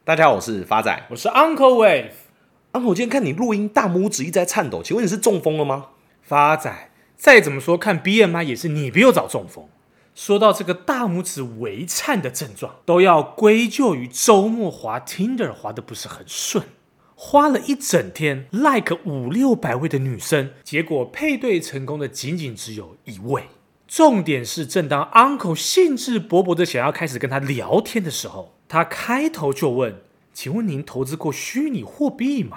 大家好，我是发仔， 我是 Uncle Wave。 Uncle，今天看你录音，大拇指一直在颤抖，请问你是中风了吗？ 发仔，再怎么说看 BMI 也是你比我早中风。说到这个大拇指微颤的症状，都要归咎于周末滑 Tinder 滑的不是很顺，花了一整天 like 500-600位的女生，结果配对成功的仅仅只有1位。重点是，正当 Uncle 兴致勃勃的想要开始跟他聊天的时候，他开头就问：“请问您投资过虚拟货币吗？”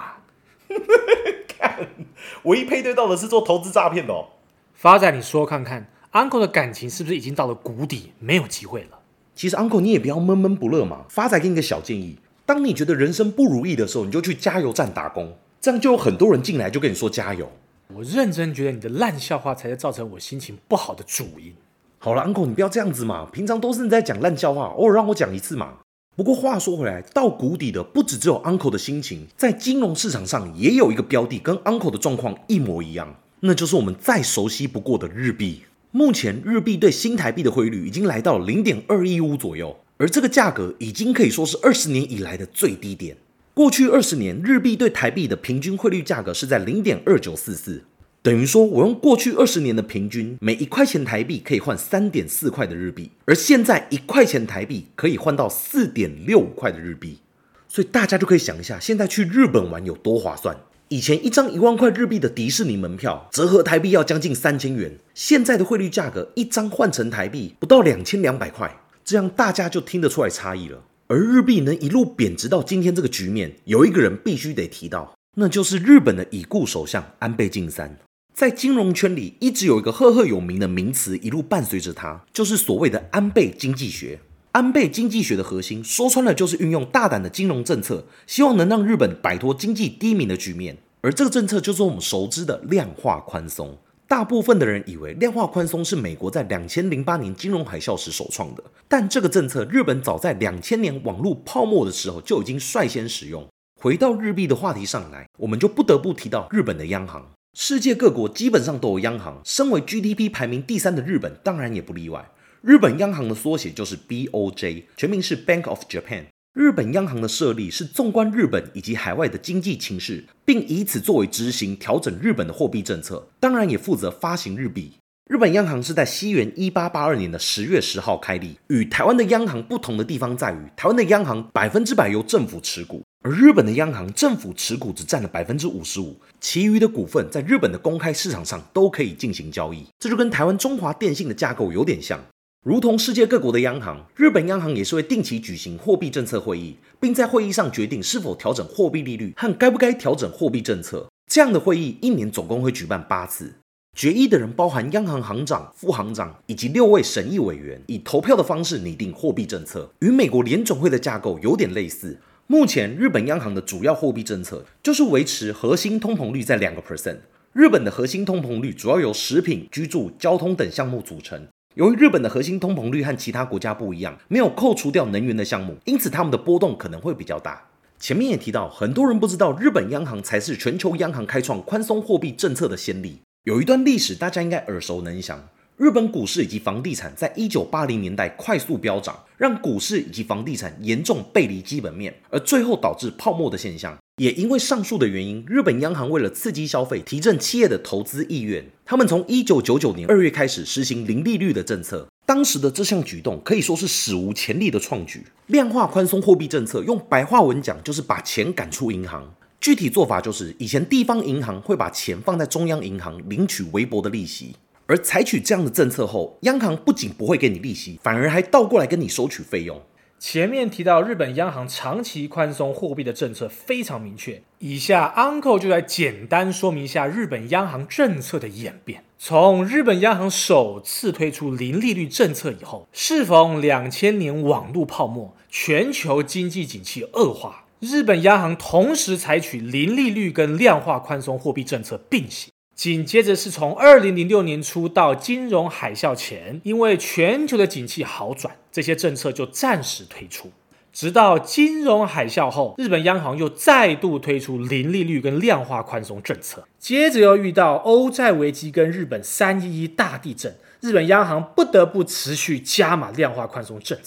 唯一配对到的是做投资诈骗的哦。 发仔，你说看看 ，Uncle 的感情是不是已经到了谷底，没有机会了？ 其实 Uncle 你也不要闷闷不乐嘛。发仔给你个小建议，当你觉得人生不如意的时候，你就去加油站打工，这样就有很多人进来就跟你说加油。 我认真觉得你的烂笑话才是造成我心情不好的主因。 好了 ，Uncle 你不要这样子嘛，平常都是你在讲烂笑话，偶尔让我讲一次嘛。不过话说回来，到谷底的不只有 Uncle 的心情，在金融市场上也有一个标的跟 Uncle 的状况一模一样，那就是我们再熟悉不过的日币。目前日币对新台币的汇率已经来到了 0.215 左右，而这个价格已经可以说是20年以来的最低点。过去20年，日币对台币的平均汇率价格是在 0.2944， 等于说我用过去20年的平均，每1块钱台币可以换 3.4 块的日币，而现在1块钱台币可以换到 4.65 块的日币。所以大家就可以想一下，现在去日本玩有多划算。以前一张1万块日币的迪士尼门票，折合台币要将近3000元，现在的汇率价格一张换成台币不到2200块，这样大家就听得出来差异了。而日币能一路贬值到今天这个局面，有一个人必须得提到，那就是日本的已故首相安倍晋三。在金融圈里，一直有一个赫赫有名的名词一路伴随着他，就是所谓的安倍经济学。安倍经济学的核心，说穿了就是运用大胆的金融政策，希望能让日本摆脱经济低迷的局面。而这个政策就是我们熟知的量化宽松。大部分的人以为量化宽松是美国在2008年金融海啸时首创的，但这个政策日本早在2000年网络泡沫的时候就已经率先使用。回到日币的话题上来，我们就不得不提到日本的央行。世界各国基本上都有央行，身为 GDP 排名第3的日本当然也不例外。日本央行的缩写就是 BOJ， 全名是 Bank of Japan。日本央行的设立是纵观日本以及海外的经济情势，并以此作为执行调整日本的货币政策，当然也负责发行日币。日本央行是在西元1882年的10月10号开立，与台湾的央行不同的地方在于，台湾的央行100%由政府持股，而日本的央行政府持股只占了 55%， 其余的股份在日本的公开市场上都可以进行交易，这就跟台湾中华电信的架构有点像。如同世界各国的央行，日本央行也是会定期举行货币政策会议，并在会议上决定是否调整货币利率和该不该调整货币政策。这样的会议一年总共会举办8次，决议的人包含央行行长、副行长以及6位审议委员，以投票的方式拟定货币政策，与美国联准会的架构有点类似。目前日本央行的主要货币政策就是维持核心通膨率在 2%。日本的核心通膨率主要由食品、居住、交通等项目组成。由于日本的核心通膨率和其他国家不一样，没有扣除掉能源的项目，因此他们的波动可能会比较大。前面也提到，很多人不知道日本央行才是全球央行开创宽松货币政策的先例。有一段历史大家应该耳熟能详，日本股市以及房地产在1980年代快速飙涨，让股市以及房地产严重背离基本面，而最后导致泡沫的现象。也因为上述的原因，日本央行为了刺激消费，提振企业的投资意愿，他们从1999年2月开始实行零利率的政策。当时的这项举动可以说是史无前例的创举。量化宽松货币政策用白话文讲就是把钱赶出银行。具体做法就是，以前地方银行会把钱放在中央银行领取微薄的利息，而采取这样的政策后，央行不仅不会给你利息，反而还倒过来跟你收取费用。 前面提到日本央行长期宽松货币的政策非常明确，以下 Uncle 就来简单说明一下日本央行政策的演变。从日本央行首次推出零利率政策以后，适逢2000年网络泡沫，全球经济景气恶化，日本央行同时采取零利率跟量化宽松货币政策并行。紧接着是从2006年初到金融海啸前，因为全球的景气好转，这些政策就暂时推出。直到金融海啸后，日本央行又再度推出零利率跟量化宽松政策。接着又遇到欧债危机跟日本311大地震，日本央行不得不持续加码量化宽松政策。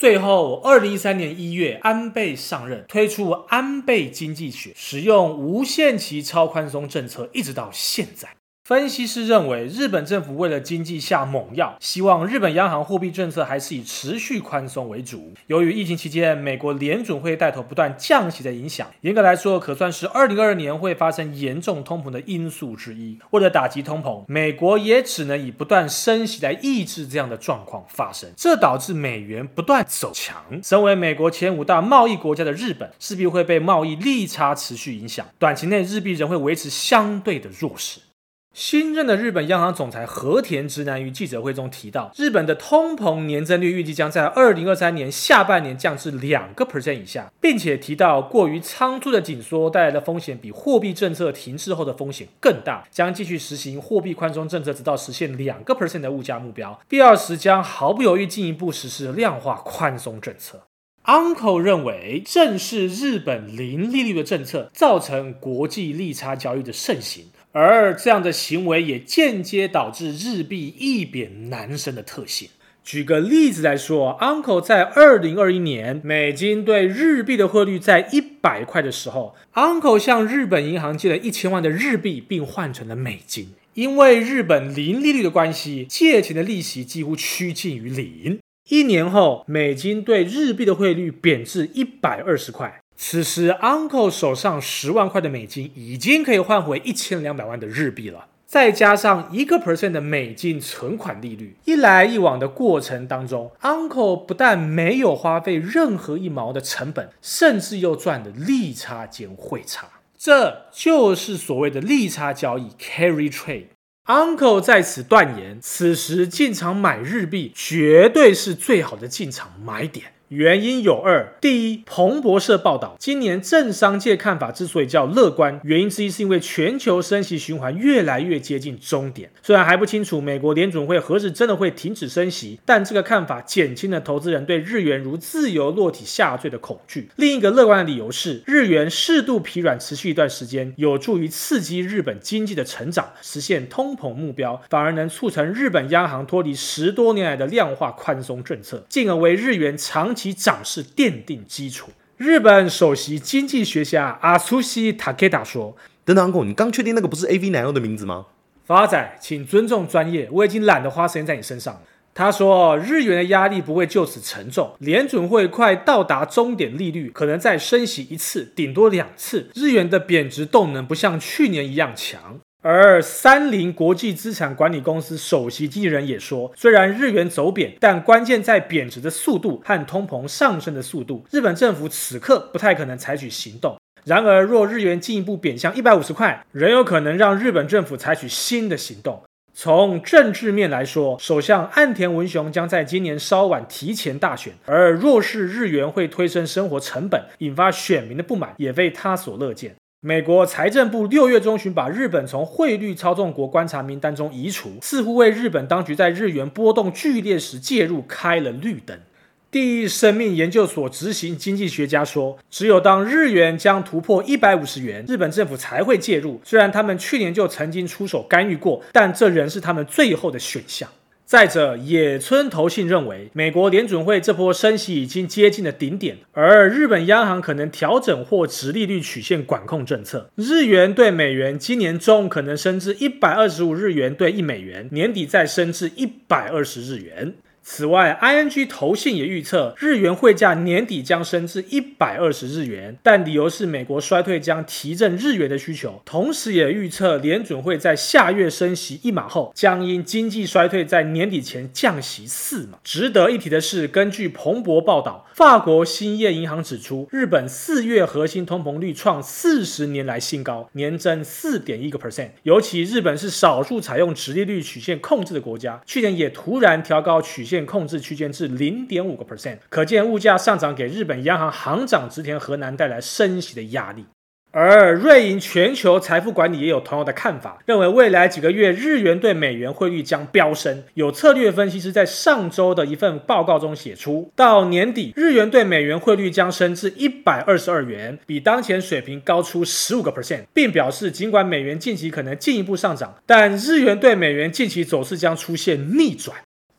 最后2013年1月，安倍上任，推出安倍经济学，使用无限期超宽松政策，一直到现在。分析师认为，日本政府为了经济下猛药，希望日本央行货币政策还是以持续宽松为主。由于疫情期间美国联准会带头不断降息的影响，严格来说可算是2022年会发生严重通膨的因素之一。为了打击通膨，美国也只能以不断升息来抑制这样的状况发生，这导致美元不断走强。身为美国前5大贸易国家的日本，势必会被贸易利差持续影响，短期内日币仍会维持相对的弱势。新任的日本央行总裁和田直男于记者会中提到，日本的通膨年增率预计将在2023年下半年降至2% 以下，并且提到过于仓促的紧缩带来的风险比货币政策停滞后的风险更大，将继续实行货币宽松政策直到实现2% 的物价目标，必要时将毫不犹豫进一步实施量化宽松政策。Uncle 认为，正是日本零利率的政策造成国际利差交易的盛行，而这样的行为也间接导致日币易贬难升的特性。举个例子来说 ，Uncle 在2021年美金对日币的汇率在100块的时候 ，Uncle 向日本银行借了1000万的日币，并换成了美金。因为日本零利率的关系，借钱的利息几乎趋近于0。1年后，美金对日币的汇率贬至120块。此时 Uncle 手上10万块的美金已经可以换回1200万的日币了。再加上1% 的美金存款利率，一来一往的过程当中 ，Uncle 不但没有花费任何1毛的成本，甚至又赚了利差兼汇差。这就是所谓的利差交易 carry trade。Uncle 在此断言，此时进场买日币绝对是最好的进场买点。原因有2：第一，彭博社报道，今年政商界看法之所以较乐观，原因之一是因为全球升息循环越来越接近终点。虽然还不清楚美国联准会何时真的会停止升息，但这个看法减轻了投资人对日元如自由落体下坠的恐惧。另一个乐观的理由是，日元适度疲软持续一段时间，有助于刺激日本经济的成长，实现通膨目标，反而能促成日本央行脱离10多年来的量化宽松政策，进而为日元长期涨势奠定基础。日本首席经济学家阿苏西塔克达说：“ 等等 ，Uncle， 你刚确定那个不是 AV 男优的名字吗？” 发仔，请尊重专业，我已经懒得花时间在你身上了。他说，日元的压力不会就此沉重，联准会快到达终点利率，可能再升息1次，顶多2次，日元的贬值动能不像去年一样强。而30国际资产管理公司首席经纪人也说，虽然日元走贬，但关键在贬值的速度和通膨上升的速度，日本政府此刻不太可能采取行动。然而，若日元进一步贬向150块，仍有可能让日本政府采取新的行动。从政治面来说，首相岸田文雄将在今年稍晚提前大选，而若是日元会推升生活成本，引发选民的不满，也非他所乐见。美国财政部6月中旬把日本从汇率操纵国观察名单中移除，似乎为日本当局在日元波动剧烈时介入开了绿灯。第一生命研究所执行经济学家说，只有当日元将突破150元，日本政府才会介入。虽然他们去年就曾经出手干预过，但这仍是他们最后的选项。再者，野村投信认为，美国联准会这波升息已经接近了顶点，而日本央行可能调整或殖利率曲线管控政策。日元对美元今年中可能升至125日元对1美元，年底再升至120日元。此外 ，ING 投信也预测日元汇价年底将升至120日元，但理由是美国衰退将提振日元的需求，同时也预测联准会在下月升息1码后，将因经济衰退在年底前降息4码。值得一提的是，根据彭博报道，法国兴业银行指出，日本4月核心通膨率创40年来新高，年增 4.1%。尤其日本是少数采用殖利率曲线控制的国家，去年也突然调高曲线控制区间至 0.5%， 可见物价上涨给日本央行行长植田和男带来升息的压力。而瑞银全球财富管理也有同样的看法，认为未来几个月日元对美元汇率将飙升。有策略分析师在上周的一份报告中写出，到年底日元对美元汇率将升至122元，比当前水平高出 15%， 并表示尽管美元近期可能进一步上涨，但日元对美元近期走势将出现逆转。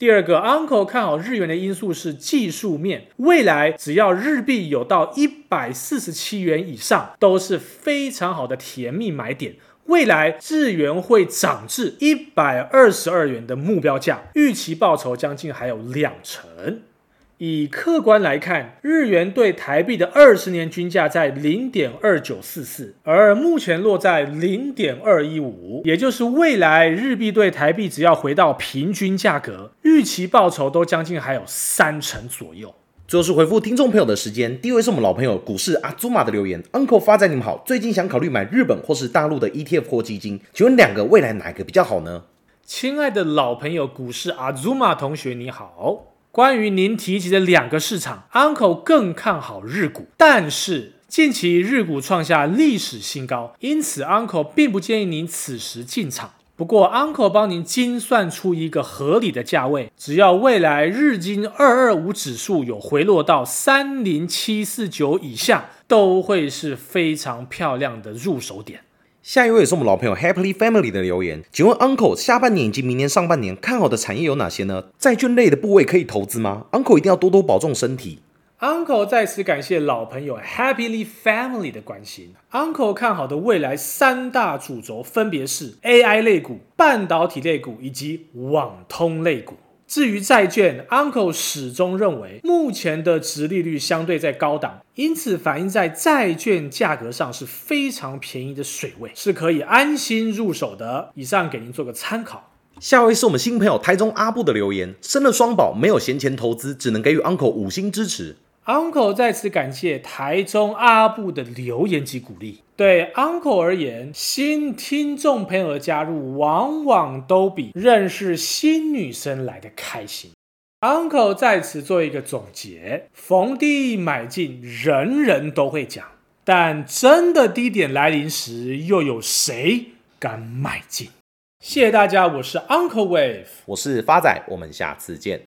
第二个 Uncle 看好日元的因素是技术面，未来只要日币有到147元以上，都是非常好的甜蜜买点。未来日元会涨至122元的目标价，预期报酬将近还有20%。以客观来看，日元对台币的20年均价在 0.2944， 而目前落在 0.215， 也就是未来日币对台币只要回到平均价格，预期报酬都将近还有30%左右。 最后是回复听众朋友的时间，第一位是我们老朋友股市阿祖玛的留言 ，Uncle 发仔你们好，最近想考虑买日本或是大陆的 ETF 或基金，请问两个未来哪个比较好呢？ 亲爱的老朋友股市阿祖玛同学你好。关于您提及的两个市场 ，Uncle 更看好日股，但是近期日股创下历史新高，因此 Uncle 并不建议您此时进场。不过 Uncle 帮您精算出一个合理的价位，只要未来日经225指数有回落到30749以下，都会是非常漂亮的入手点。 下一位也是我们老朋友 Happily Family 的留言，请问 Uncle 下半年以及明年上半年看好的产业有哪些呢？债券类的部位可以投资吗？ Uncle 一定要多多保重身体。 Uncle 在此感谢老朋友 Happily Family 的关心。Uncle 看好的未来3大主轴分别是 AI 类股、半导体类股以及网通类股。至于债券 ，Uncle 始终认为目前的殖利率相对在高档，因此反映在债券价格上是非常便宜的水位，是可以安心入手的。以上给您做个参考。 下一位是我们新朋友台中阿布的留言，生了双宝没有闲钱投资，只能给予 Uncle 5星支持。 Uncle 在此感谢台中阿布的留言及鼓励。对 Uncle 而言，新听众朋友的加入往往都比认识新女生来的开心。Uncle 在此做一个总结：逢低买进，人人都会讲，但真的低点来临时，又有谁敢买进？谢谢大家，我是 Uncle Wave， 我是发仔，我们下次见。